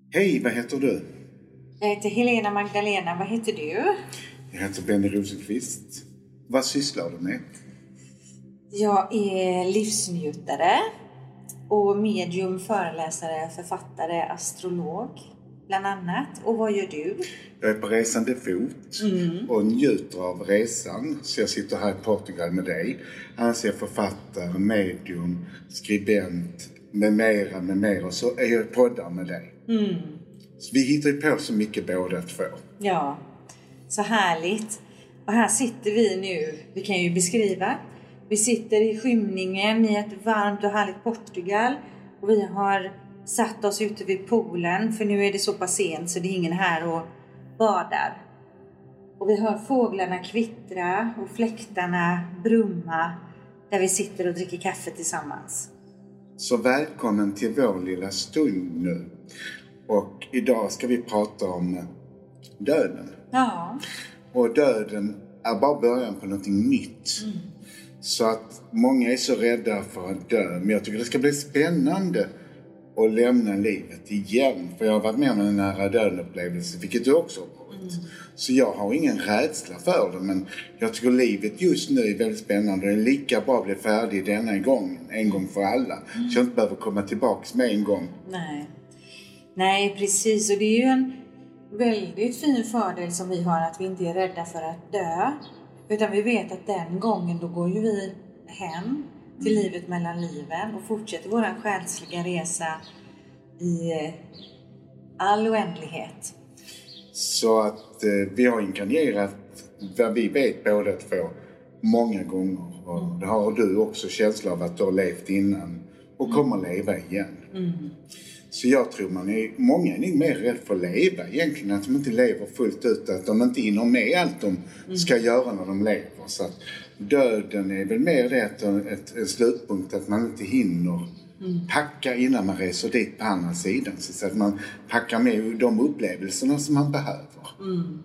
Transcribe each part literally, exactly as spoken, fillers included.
Hej, vad heter du? Jag heter Helena Magdalena. Vad heter du? Jag heter Benny Rosenqvist. Vad sysslar du med? Jag är livsnjutare och medium, föreläsare, författare, astrolog bland annat. Och vad gör du? Jag är på resande fot mm. och njuter av resan. Så jag sitter här i Portugal med dig. Annars är jag författare, medium, skribent med mera, med mera. Och så är jag poddar med dig. Mm. Så vi hittar ju på så mycket båda två. Ja, så härligt. Och här sitter vi nu, vi kan ju beskriva. Vi sitter i skymningen i ett varmt och härligt Portugal. Och vi har satt oss ute vid poolen, för nu är det så pass sent så det är ingen här och badar. Och vi hör fåglarna kvittra och fläktarna brumma där vi sitter och dricker kaffe tillsammans. Så välkommen till vår lilla stund nu. Och idag ska vi prata om döden. Ja. Och döden är bara början på någonting nytt. Mm. Så att många är så rädda för att dö. Men jag tycker det ska bli spännande att lämna livet igen. För jag har varit med om en nära döden-upplevelse, vilket du också har varit. Mm. Så jag har ingen rädsla för det. Men jag tycker livet just nu är väldigt spännande. Det är lika bra att bli färdig denna gången. En gång för alla. Mm. Så jag inte behöver komma tillbaka med en gång. Nej. Nej, precis. Och det är ju en väldigt fin fördel som vi har, att vi inte är rädda för att dö. Utan vi vet att den gången då går ju vi hem till mm. livet mellan liven och fortsätter vår själsliga resa i all oändlighet. Så att eh, vi har inkarnerat vad vi vet båda två många gånger. Och mm. det har du också känsla av att du har levt innan och mm. kommer att leva igen. Mm. Så jag tror man är, många är nog mer rädd för att leva egentligen, att de inte lever fullt ut, att de inte hinner med allt de mm. ska göra när de lever. Så att döden är väl mer det ett, ett, ett slutpunkt, att man inte hinner mm. packa innan man reser dit på andra sidan. Så att man packar med de upplevelserna som man behöver. Mm.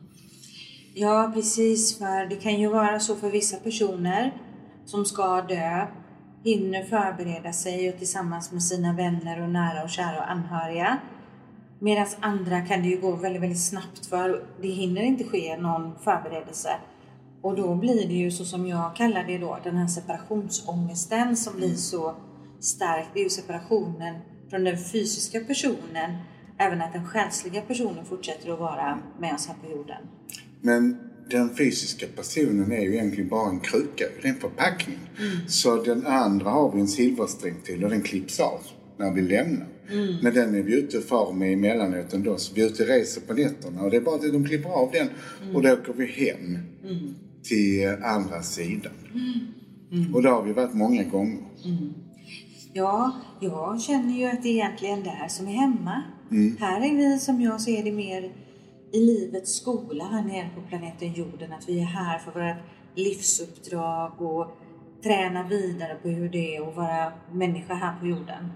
Ja, precis. För det kan ju vara så för vissa personer som ska dö, hinner förbereda sig och tillsammans med sina vänner och nära och kära och anhöriga. Medan andra kan det ju gå väldigt, väldigt snabbt, för det hinner inte ske någon förberedelse. Och då blir det ju så som jag kallar det då, den här separationsångesten som blir så stark. Det är ju separationen från den fysiska personen, även att den själsliga personen fortsätter att vara med oss här på jorden. Men den fysiska personen är ju egentligen bara en kruka, det är en förpackning. Mm. Så den andra har vi en silversträng till och den klipps av när vi lämnar. Mm. Men den är vi ute och far med emellanåt ändå, så vi är ute och reser på nätterna. Och det är bara att de klipper av den mm. och då åker vi hem mm. till andra sidan. Mm. Mm. Och då har vi varit många gånger. Mm. Ja, jag känner ju att det är egentligen där som är hemma. Mm. Här är vi, som jag ser det, mer i livets skola här nere på planeten jorden, att vi är här för våra livsuppdrag och träna vidare på hur det är att vara människa här på jorden.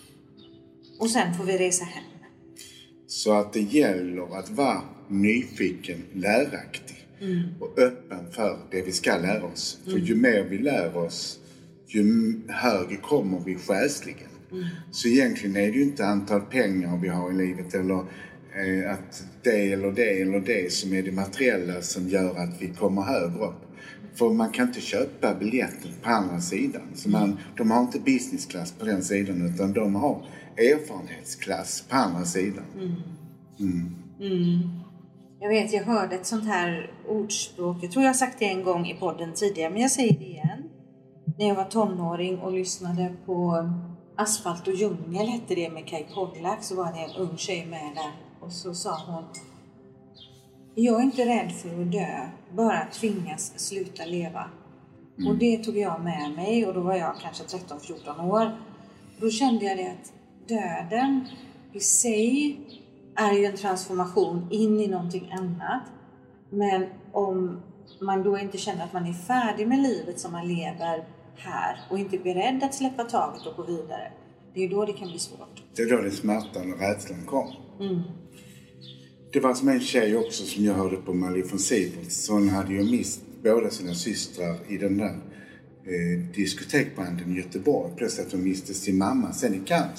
Och sen får vi resa hem. Så att det gäller att vara nyfiken, läraktig mm. och öppen för det vi ska lära oss. Mm. För ju mer vi lär oss, ju högre kommer vi själsligen. Mm. Så egentligen är det ju inte antal pengar vi har i livet eller att det eller det eller det som är det materiella som gör att vi kommer högre upp. För man kan inte köpa biljetten på andra sidan. Så man, de har inte businessklass på den sidan, utan de har erfarenhetsklass på andra sidan. Mm. Mm. Mm. Jag vet, jag hörde ett sånt här ordspråk. Jag tror jag har sagt det en gång i podden tidigare, men jag säger det igen. När jag var tonåring och lyssnade på Asfalt och djungel, hette det, med Kai Pollak, så var det en ung tjej med där. Och så sa hon: jag är inte rädd för att dö, bara tvingas sluta leva. Mm. Och det tog jag med mig, och då var jag kanske tretton fjorton år. Och då kände jag det att döden i sig är ju en transformation in i någonting annat. Men om man då inte känner att man är färdig med livet som man lever här och inte är beredd att släppa taget och gå vidare, det är då det kan bli svårt. Det är då det smärtan och rädslan kom. Mm. Det var som en tjej också som jag hörde på, Malin von Sivers. Hon hade ju mist båda sina systrar i den där eh, diskotekbranden i Göteborg. Plus att hon miste sin mamma sen i cancer.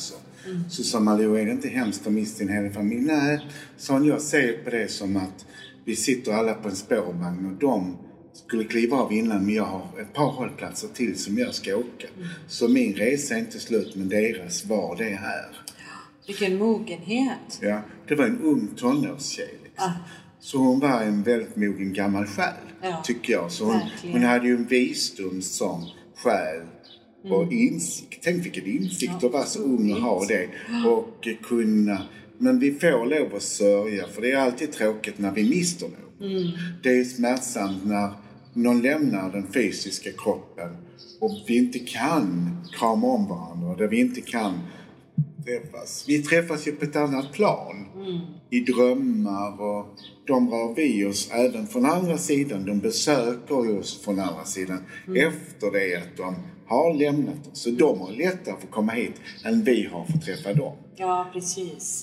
Mm. Så sa Malou, är det inte hemskt att mista din hela familj? Nej, sa hon, jag ser på det som att vi sitter alla på en spårvagn och de skulle kliva av innan, men jag har ett par hållplatser till som jag ska åka. Mm. Så min resa är inte slut, men deras var det här. Vilken mogenhet. Ja, det var en ung tonårstjej. Liksom. Ah. Så hon var en väldigt mogen gammal själ, ja, tycker jag. Så hon, hon hade ju en visdom som själ och mm. insikt. Tänk vilken insikt ja, att vara så ung och ha det. Och kunna... Men vi får lov att sörja, för det är alltid tråkigt när vi mister någon. Mm. Det är smärtsamt när någon lämnar den fysiska kroppen och vi inte kan krama om varandra, där vi inte kan träffas. Vi träffas ju på ett annat plan, mm. i drömmar, och de rör vi oss även från andra sidan. De besöker oss från andra sidan mm. efter det att de har lämnat oss. Så de har lättare att få komma hit än vi har fått träffa dem. Ja, precis.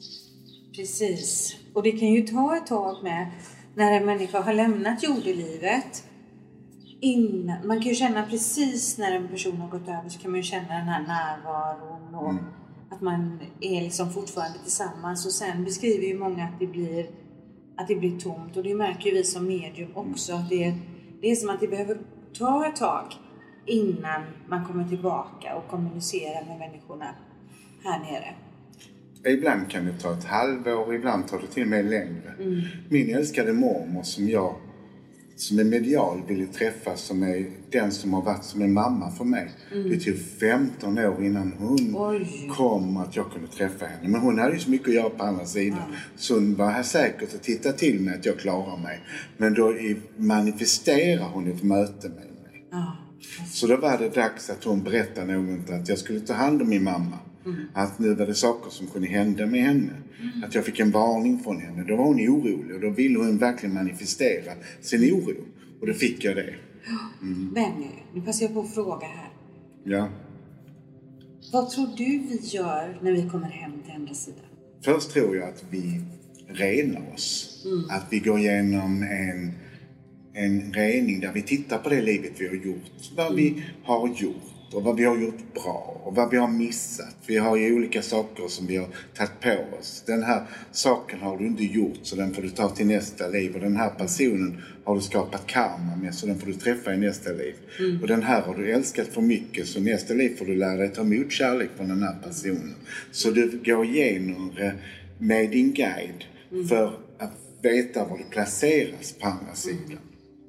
Precis. Och det kan ju ta ett tag med när en människa har lämnat jordelivet. Innan, man kan ju känna precis när en person har gått över, så kan man ju känna den här närvaron och mm. att man är liksom fortfarande tillsammans. Och sen beskriver ju många att det blir, att det blir tomt. Och det märker ju vi som medium också. Att det, det är som att det behöver ta ett tag innan man kommer tillbaka och kommunicerar med människorna här nere. Ibland kan det ta ett halvår, ibland tar det till och med längre. Mm. Min älskade mormor som jag, som är medial, ville träffa, som är den som har varit som en mamma för mig. Mm. Det tog femton år innan hon Oj. kom att jag kunde träffa henne. Men hon hade ju så mycket att göra på andra sidan. Mm. Så hon var här säkert att titta till mig att jag klarar mig. Men då manifesterar hon ett möte med mig. Mm. Så då var det dags att hon berättade något, att jag skulle ta hand om min mamma. Mm. Att nu var det saker som kunde hända med henne. Mm. Att jag fick en varning från henne. Då var hon orolig och då ville hon verkligen manifestera sin oro. Och då fick jag det. Mm. Benny, nu passar jag på att fråga här. Ja. Vad tror du vi gör när vi kommer hem till andra sidan? Först tror jag att vi renar oss. Mm. Att vi går igenom en, en rening där vi tittar på det livet vi har gjort. Vad mm. vi har gjort. Och vad vi har gjort bra och vad vi har missat. Vi har ju olika saker som vi har tagit på oss. Den här saken har du inte gjort, så den får du ta till nästa liv. Och den här personen har du skapat karma med, så den får du träffa i nästa liv. Mm. Och den här har du älskat för mycket, så nästa liv får du lära dig ta emot kärlek från den här personen. Så du går igenom med din guide mm. för att veta var du placeras på andra sidan. Mm.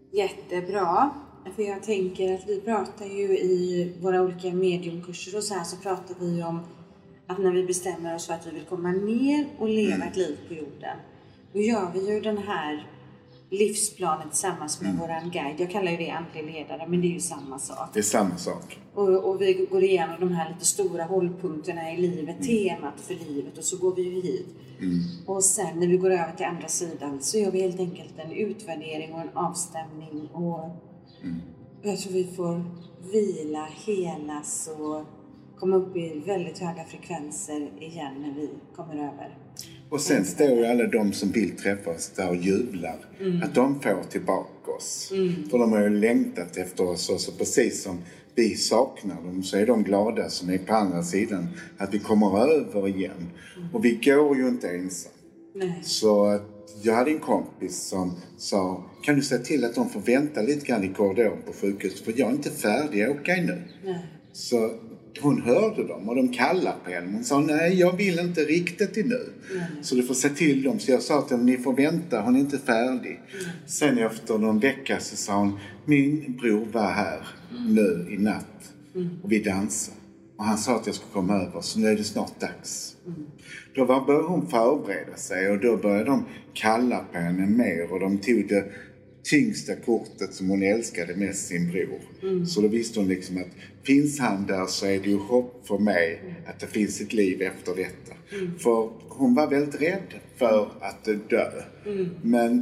Jättebra. För jag tänker att vi pratar ju i våra olika mediumkurser och så här, så pratar vi om att när vi bestämmer oss för att vi vill komma ner och leva mm. ett liv på jorden, då gör vi ju den här livsplanen tillsammans med mm. våran guide. Jag kallar ju det andlig ledare, men det är ju samma sak. Det är samma sak. Och, och vi går igenom de här lite stora hållpunkterna i livet, mm. temat för livet, och så går vi ju hit. Mm. Och sen när vi går över till andra sidan så gör vi helt enkelt en utvärdering och en avstämning, och Mm. jag tror vi får vila, helas och komma upp i väldigt höga frekvenser igen när vi kommer över. Och sen står ju alla de som vill träffa oss där och jublar. Mm. Att de får tillbaka oss. Mm. För de har ju längtat efter oss. Och så precis som vi saknar dem, så är de glada som är på andra sidan att vi kommer över igen. Mm. Och vi går ju inte ensam. Nej. Så att jag hade en kompis som sa, kan du säga till att de får vänta lite grann i korridoren på sjukhuset, för jag är inte färdig att åka ännu. Nej. Så hon hörde dem och de kallade på henne. Hon sa, nej jag vill inte riktigt nu. Nej. Så du får säga till dem. Så jag sa till dem, ni får vänta, hon är inte färdig. Nej. Sen efter någon vecka så sa hon, min bror var här mm. nu i natt mm. och vi dansade. Och han sa att jag skulle komma över, så nu är det snart dags. Mm. Då var, började hon förbereda sig, och då började de kalla på henne mer. Och de tog det tyngsta kortet som hon älskade mest, sin bror. Mm. Så då visste hon liksom att finns han där så är det ju hopp för mig mm. att det finns ett liv efter detta. Mm. För hon var väldigt rädd för att dö. Mm. Men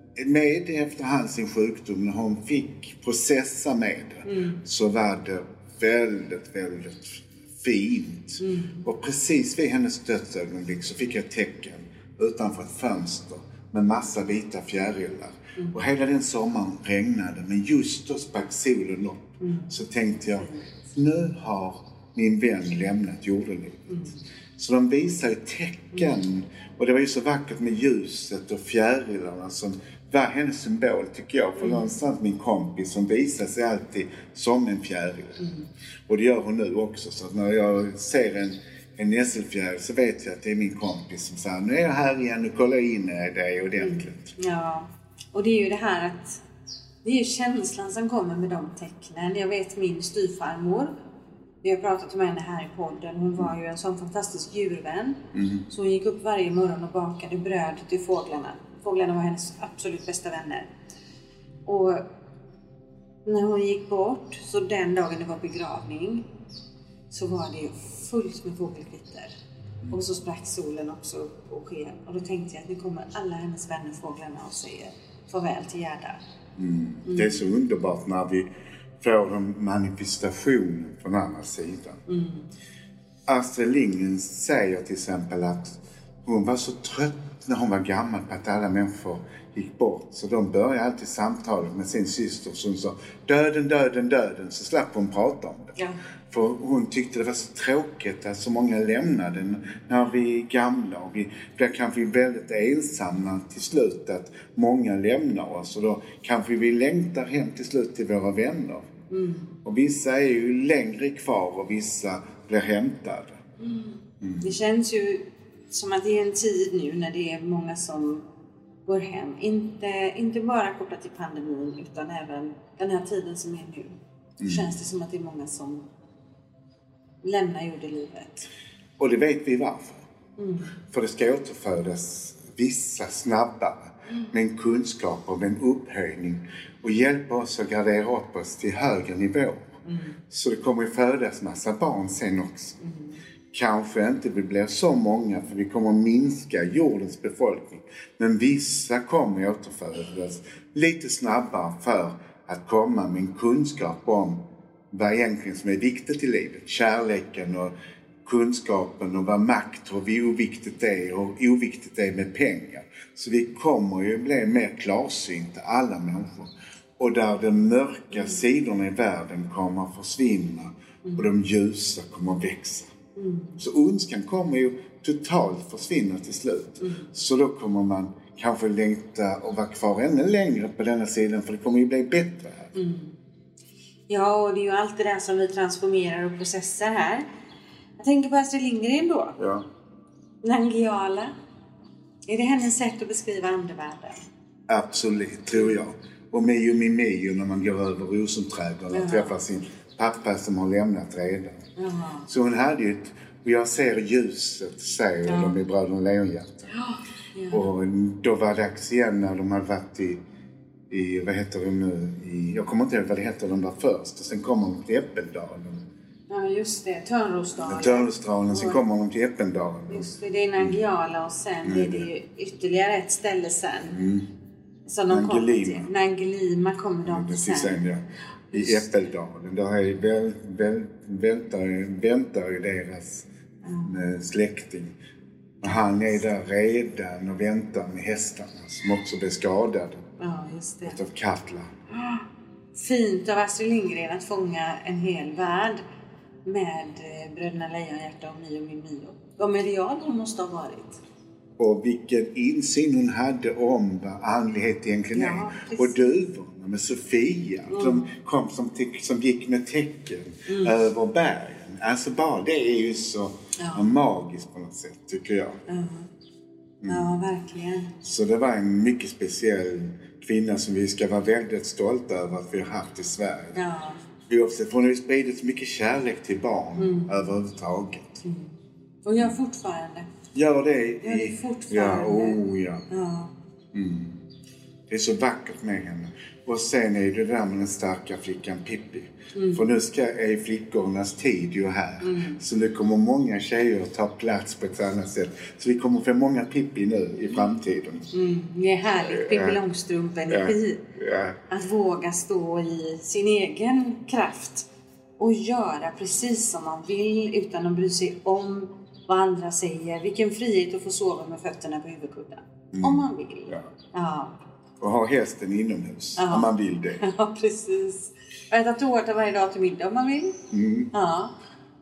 med efterhand sin sjukdom, när hon fick processa med det, mm. så var det väldigt, väldigt fint. Mm. Och precis vid hennes dödsögonblick så fick jag ett tecken utanför ett fönster med massa vita fjärilar. Mm. Och hela den sommaren regnade, men just då sprack solen upp. Mm. Så tänkte jag, nu har min vän lämnat jordelivet. Mm. Så de visar ju tecken. Och det var ju så vackert med ljuset och fjärilarna som var hennes symbol, tycker jag. För mm. någonstans min kompis som visar sig alltid som en fjäril. Mm. Och det gör hon nu också. Så att när jag ser en, en nässelfjäril så vet jag att det är min kompis som säger nu är jag här igen och kollar in dig ordentligt. Mm. Ja, och det är ju det här att det är ju känslan som kommer med de tecknen. Jag vet min styvfarmor. Vi har pratat om henne här i podden. Hon var ju en sån fantastisk djurvän. Mm. Så hon gick upp varje morgon och bakade bröd till fåglarna. Fåglarna var hennes absolut bästa vänner. Och när hon gick bort, så den dagen det var begravning, så var det fullt med fågelkvitter. Mm. Och så sprack solen också upp och sken. Och då tänkte jag att nu kommer alla hennes vänner fåglarna och säger farväl till Gerda. Mm. Mm. Det är så underbart när vi får en manifestation från andra sidan. Mm. Astrid Lindgren säger till exempel att hon var så trött när hon var gammal på att alla människor gick bort. Så de började alltid samtalet med sin syster som sa döden, döden, döden. Så slapp hon prata om det. Ja. För hon tyckte det var så tråkigt att så många lämnade när vi är gamla. Och vi blir kanske väldigt ensamma till slut att många lämnar oss. Och då kanske vi längtar hem till slut till våra vänner. Mm. Och vissa är ju längre kvar och vissa blir hämtade. Mm. Mm. Det känns ju som att det är en tid nu när det är många som går hem. Inte, inte bara kopplat till pandemin utan även den här tiden som är nu. Mm. Känns det som att det är många som lämnar jordelivet. Och det vet vi varför. Mm. För det ska återfödas vissa snabbare. Mm. Med en kunskap och med en upphöjning. Och hjälpa oss att gradera upp oss till högre nivå. Mm. Så det kommer att födas massa barn sen också. Mm. Kanske inte vi blir så många för vi kommer att minska jordens befolkning. Men vissa kommer att återfödas lite snabbare för att komma med en kunskap om vad egentligen som är viktigt i livet. Kärleken och kunskapen och vad makt och hur oviktigt det är och oviktigt det är med pengar. Så vi kommer ju bli mer klarsynta alla människor. Och där de mörka mm. sidorna i världen kommer att försvinna mm. och de ljusa kommer att växa. Mm. Så ondskan kommer ju totalt försvinna till slut. Mm. Så då kommer man kanske längta och vara kvar ännu längre på denna sidan. För det kommer ju bli bättre här. Mm. Ja, och det är ju allt det där som vi transformerar och processar här. Jag tänker på Astrid Lindgren då. Ja. Nangijala. Är det hennes sätt att beskriva andevärlden? Absolut, tror jag. Och Mio Mimio när man går över Rosenträdgården och träffar sin pappa som har lämnat redan. Jaha. Så hon hade ju ett, och jag ser ljuset, säger ja. de i Bröderna Lejonhjärta. Ja. Ja. Och då var det dags igen när de hade varit i, i vad heter det nu, i, jag kommer inte ihåg vad det heter, de var först. Och sen kommer de till Äppeldalen. Ja, just det, Törnrosdalen. Törnrosdalen, sen kommer de till Äppeldalen. Just det, det är Nangijala och sen mm. är det ju ytterligare ett ställe sen. Mm. Som de kommer till. Nangilima kommer de till sen. sen ja. I Äppeldalen. Där är väl, väl, väntar, väntar ju deras mm. släkting. Och han är där redan och väntar med hästarna som också blir skadade. Ja, just det. Av Katla. Fint av Astrid Lindgren att fånga en hel värld med Bröderna Lejonhjärta och Mio min Mio. Vad medial hon måste ha varit. Och vilken insyn hon hade om vad andlighet egentligen ja, är. Precis. Och duvorna med Sofia mm. som kom som, som gick med tecken mm. över bergen. Alltså bara det är ju så ja. magiskt på något sätt, tycker jag. Mm. Ja, verkligen. Så det var en mycket speciell kvinna som vi ska vara väldigt stolta över att vi har haft i Sverige. Ja. För hon har ju spridit så mycket kärlek till barn mm. överhuvudtaget. Mm. Och jag fortfarande. Gör det, i, Gör det fortfarande. Ja, oh ja. ja. Mm. Det är så vackert med henne. Och sen är det där med den starka flickan Pippi. Mm. För nu ska, är flickornas tid ju här. Mm. Så nu kommer många tjejer att ta plats på ett annat sätt. Så vi kommer få många Pippi nu i framtiden. Mm. Det är härligt. Pippi ja. Långstrump-energi. Ja. Ja. Att våga stå i sin egen kraft. Och göra precis som man vill utan att bry sig om vad andra säger. Vilken frihet att få sova med fötterna på huvudkudden. Mm. Om man vill. Ja. Ja. Och ha hästen inomhus. Ja. Om man vill det. Ja, precis. Och äta tårta varje dag till middag om man vill. Mm. Ja.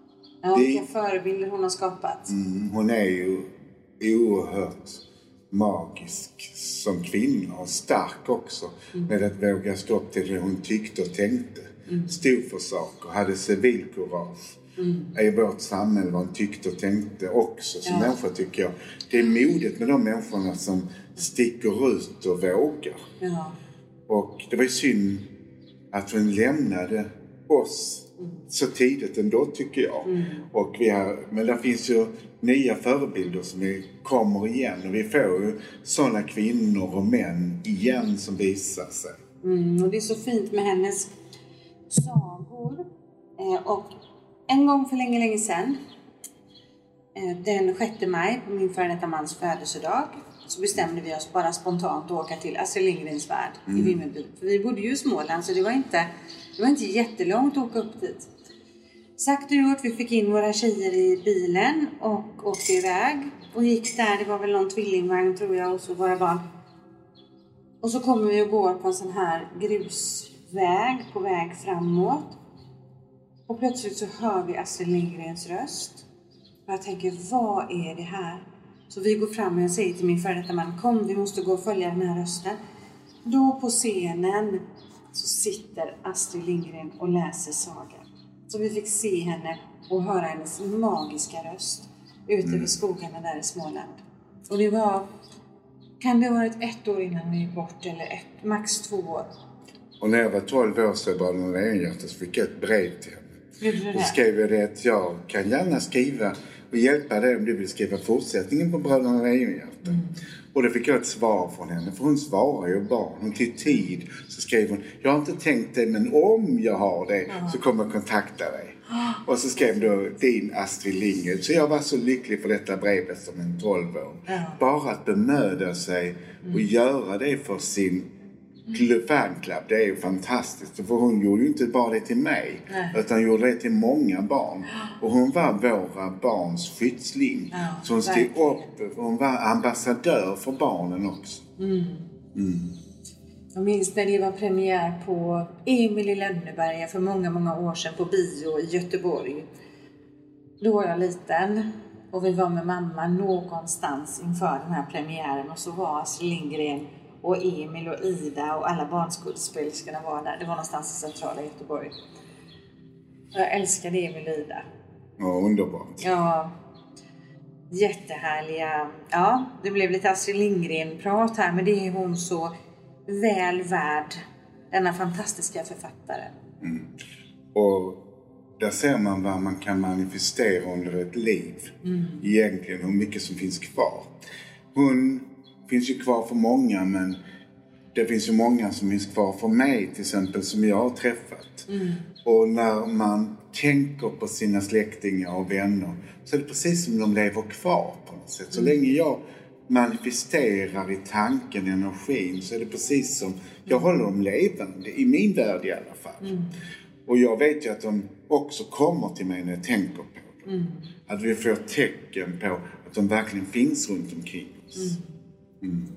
Ja, vilka det... förebilder hon har skapat. Mm, hon är ju oerhört magisk som kvinna och stark också. Mm. Med att våga stå upp till det hon tyckte och tänkte. Mm. Stod för saker, hade civilkurage. Mm. I vårt samhälle vad hon tyckte och tänkte också som ja. människa tycker jag. Det är modigt med de människorna som sticker ut och vågar. Ja. Och det var ju synd att hon lämnade oss mm. så tidigt ändå tycker jag. Mm. Och vi har, men det finns ju nya förebilder som vi kommer igen. Och vi får ju sådana kvinnor och män igen som visar sig. Mm, och det är så fint med hennes sagor. Eh, och en gång för länge, länge sedan, eh, den sjätte maj på min före detta mans födelsedag, så bestämde vi oss bara spontant att åka till Astrid Lindgrens värld mm. i Vimmerby. För vi bodde ju i Småland så det var inte, det var inte jättelångt att åka upp dit. Sagt och gjort, vi fick in våra tjejer i bilen och åkte iväg. Och gick där, det var väl någon tvillingvagn tror jag och så våra barn. Och så kommer vi och går på en sån här grusväg på väg framåt. Och plötsligt så hör vi Astrid Lindgrens röst. Och jag tänker, vad är det här? Så vi går fram och jag säger till min före detta man, kom vi måste gå och följa den här rösten. Då på scenen så sitter Astrid Lindgren och läser sagan. Så vi fick se henne och höra hennes magiska röst ute mm. över skogarna där i Småland. Och det var, kan det ha varit ett år innan vi gick bort eller ett, max två år. Och när jag var tolv år så var det någon enhjärta så fick jag ett brev till henne. Då skrev jag det att jag kan gärna skriva och hjälpa dig om du vill skriva fortsättningen på Bröderna Lejonhjärta. Mm. Och då fick jag ett svar från henne. För hon svarar ju barn. Hon till tid så skrev hon, jag har inte tänkt det men om jag har det mm. så kommer jag kontakta dig. Mm. Och så skrev då din Astrid Lindgren. Så jag var så lycklig för detta brevet som en tolv år. Mm. Bara att bemöda sig och mm. göra det för sin fanclub, det är ju fantastiskt. För hon gjorde ju inte bara det till mig. Nej. Utan gjorde det till många barn. Och hon var våra barns skyddsling. Ja, så hon stod upp. Hon var ambassadör för barnen också. Mm. Mm. Jag minns när det var premiär på Emil i Lönneberga för många, många år sedan på bio i Göteborg. Då var jag liten. Och vi var med mamma någonstans inför den här premiären. Och så var Astrid Lindgren och Emil och Ida och alla barnskådespelerskorna var där. Det var någonstans i centrala Göteborg. Och jag älskade Emil och Ida. Ja, underbart. Ja, jättehärliga. Ja, det blev lite Astrid Lindgren-prat här. Men det är hon så väl värd. Denna fantastiska författare. Mm. Och där ser man vad man kan manifestera under ett liv. Mm. Egentligen hur mycket som finns kvar. Hon finns ju kvar för många, men det finns ju många som finns kvar för mig till exempel som jag har träffat. Mm. Och när man tänker på sina släktingar och vänner så är det precis som de lever kvar på något sätt. Så mm. länge jag manifesterar i tanken, energin, så är det precis som jag håller dem levande, i min värld i alla fall. Mm. Och jag vet ju att de också kommer till mig när jag tänker på dem. Mm. Att vi får tecken på att de verkligen finns runt omkring oss. Mm. Mm.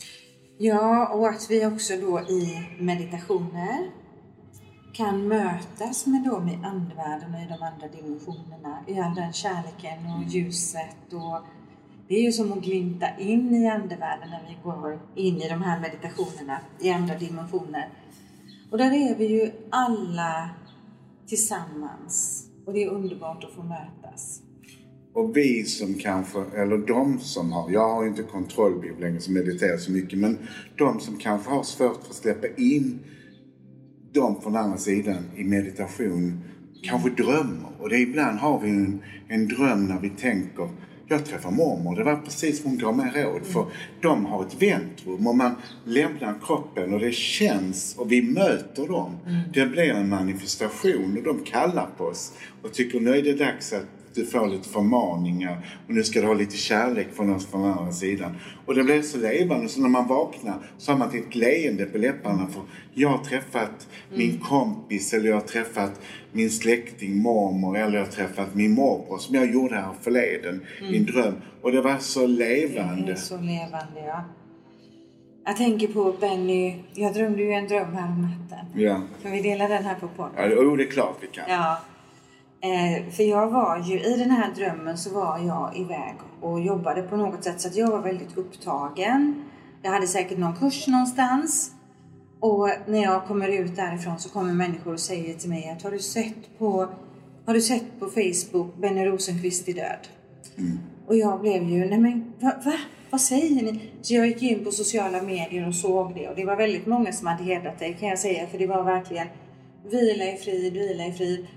Ja, och att vi också då i meditationer kan mötas med dem i andevärlden och i de andra dimensionerna. I all den kärleken och mm. ljuset. Och det är ju som att glimta in i andevärlden när vi går in i de här meditationerna i andra dimensioner. Och där är vi ju alla tillsammans. Och det är underbart att få mötas. Och vi som kanske, eller de som har, jag har ju inte kontrollbild längre som mediterar så mycket, men de som kanske har svårt för att släppa in dem från andra sidan i meditation kanske drömmer. Och det är, ibland har vi en, en dröm när vi tänker, jag träffar mormor, det var precis vad hon gav mig råd. Mm. För de har ett väntrum och man lämnar kroppen och det känns och vi möter dem. Mm. Det blir en manifestation och de kallar på oss och tycker nu är det dags att du får lite förmaningar och nu ska du ha lite kärlek från oss från andra sidan. Och det blir så levande så när man vaknar så har man ett leende på läpparna för jag har träffat mm. min kompis eller jag har träffat min släkting, mormor eller jag har träffat min morbror som jag gjorde här förleden, mm. min dröm. Och det var så levande. Det är så levande, ja. Jag tänker på Benny, jag drömde ju en dröm här om natten. Ja. Kan vi dela den här på podden? Ja, det är klart vi kan. Ja. Eh, för jag var ju, i den här drömmen så var jag iväg och jobbade på något sätt. Så att jag var väldigt upptagen. Jag hade säkert någon kurs någonstans. Och när jag kommer ut därifrån så kommer människor och säger till mig att har du sett på, har du sett på Facebook Benny Rosenqvist är död? Mm. Och jag blev ju, nej men va, va? Vad säger ni? Så jag gick in på sociala medier och såg det. Och det var väldigt många som hade hedrat det, kan jag säga. För det var verkligen vila i frid, vila i frid.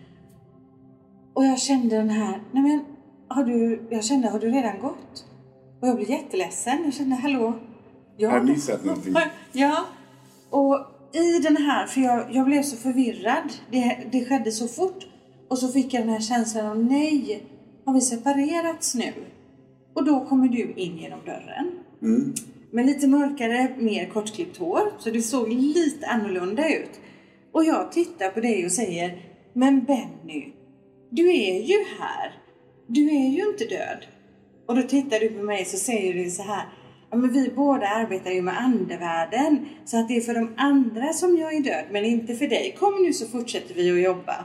Och jag kände den här, nej men har du, jag kände, har du redan gått? Och jag blev jätteledsen. Jag kände, hallå? Ja. Har du missat någonting? Ja. Och i den här, för jag, jag blev så förvirrad. Det, det skedde så fort. Och så fick jag den här känslan av, nej, har vi separerats nu? Och då kommer du in genom dörren. Mm. Med lite mörkare, mer kortklippt hår. Så det såg lite annorlunda ut. Och jag tittar på dig och säger, men Benny, du är ju här. Du är ju inte död. Och då tittar du på mig så säger du så här, ja men vi båda arbetar ju med andevärlden. Så att det är för de andra som jag är död, men inte för dig. Kom nu så fortsätter vi att jobba.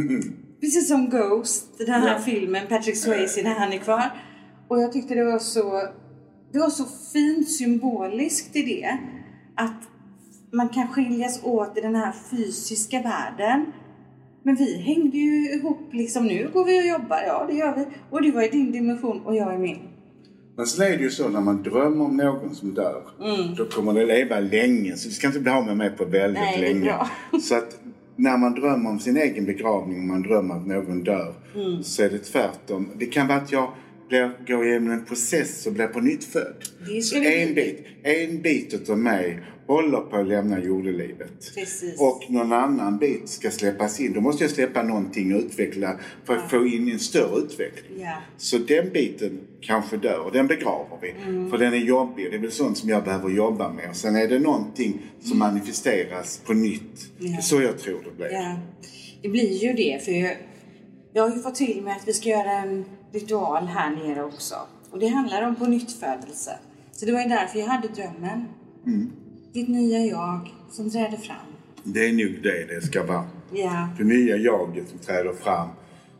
Precis som Ghost, den här ja. filmen, Patrick Swayze när han är kvar. Och jag tyckte det var så, det var så fint symboliskt i det. Att man kan skiljas åt i den här fysiska världen. Men vi hängde ju ihop liksom, nu går vi och jobbar, ja det gör vi. Och du var i din dimension och jag är min. Men så är det ju så när man drömmer om någon som dör. Mm. Då kommer det leva länge. Så du ska inte bli av med mig på väldigt Nej, länge. Bra. Så att när man drömmer om sin egen begravning och man drömmer att någon dör. Mm. Så är det tvärtom. Det kan vara att jag blir, går igenom en process och blir på nytt född. Så en bit, en bit av mig håller på att lämna jordelivet. Precis. Och någon annan bit ska släppas in. Då måste jag släppa någonting och utveckla för att ja. få in en större utveckling. Ja. Så den biten kanske dör och den begraver vi. Mm. För den är jobbig. Det är väl sånt som jag behöver jobba med. Och sen är det någonting som mm. manifesteras på nytt. Ja. Det är så jag tror det blir. Ja. Det blir ju det. För jag, jag har ju fått till med att vi ska göra en ritual här nere också. Och det handlar om på nyttfödelse. Så det var ju därför jag hade drömmen. Mm. Ditt nya jag som träder fram. Det är nog det det ska vara. Ja. Det nya jaget som träder fram.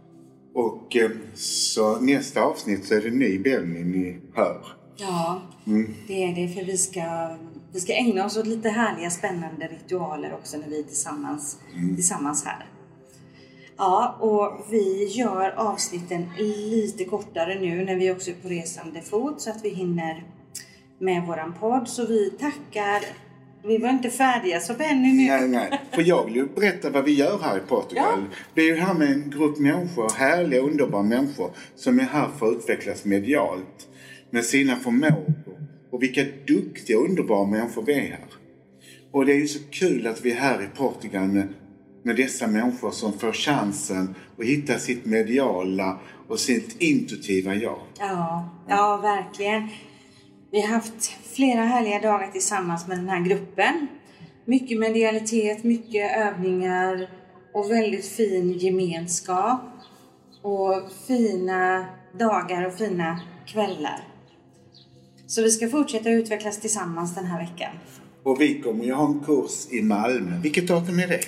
Och eh, så nästa avsnitt så är det ny Benny ni hör. Ja, mm. det är det. För vi ska, vi ska ägna oss åt lite härliga, spännande ritualer också när vi är tillsammans, mm. tillsammans här. Ja, och vi gör avsnitten lite kortare nu när vi också är på resande fot. Så att vi hinner med våran podd. Så vi tackar. Vi var inte färdiga så Benny nu. Nej, nej. För jag vill ju berätta vad vi gör här i Portugal. Ja. Vi är ju här med en grupp människor, härliga, underbara människor som är här för att utvecklas medialt med sina förmågor. Och vilka duktiga, underbara människor vi är här. Och det är ju så kul att vi är här i Portugal med, med dessa människor som får chansen att hitta sitt mediala och sitt intuitiva jag. Ja, ja verkligen. Vi har haft flera härliga dagar tillsammans med den här gruppen. Mycket medialitet, mycket övningar och väldigt fin gemenskap. Och fina dagar och fina kvällar. Så vi ska fortsätta utvecklas tillsammans den här veckan. Och vi kommer ju ha en kurs i Malmö. Vilket datum är det?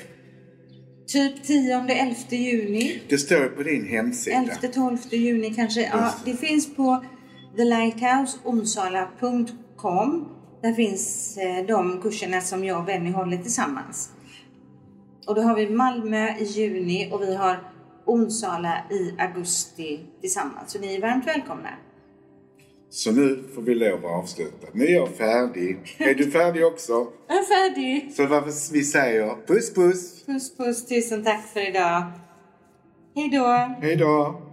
Typ tionde elfte juni. Det står på din hemsida. elfte tolfte juni kanske. Ja, det finns på the lighthouse onsala punkt com. Där finns de kurserna som jag och Benny håller tillsammans. Och då har vi Malmö i juni och vi har Onsala i augusti tillsammans. Så ni är varmt välkomna. Så nu får vi lov att avsluta. Nu är jag färdig. Är du färdig också? Jag är färdig. Så vad vi säger, puss puss. Puss puss, tusen tack för idag. Hej då. Hej då.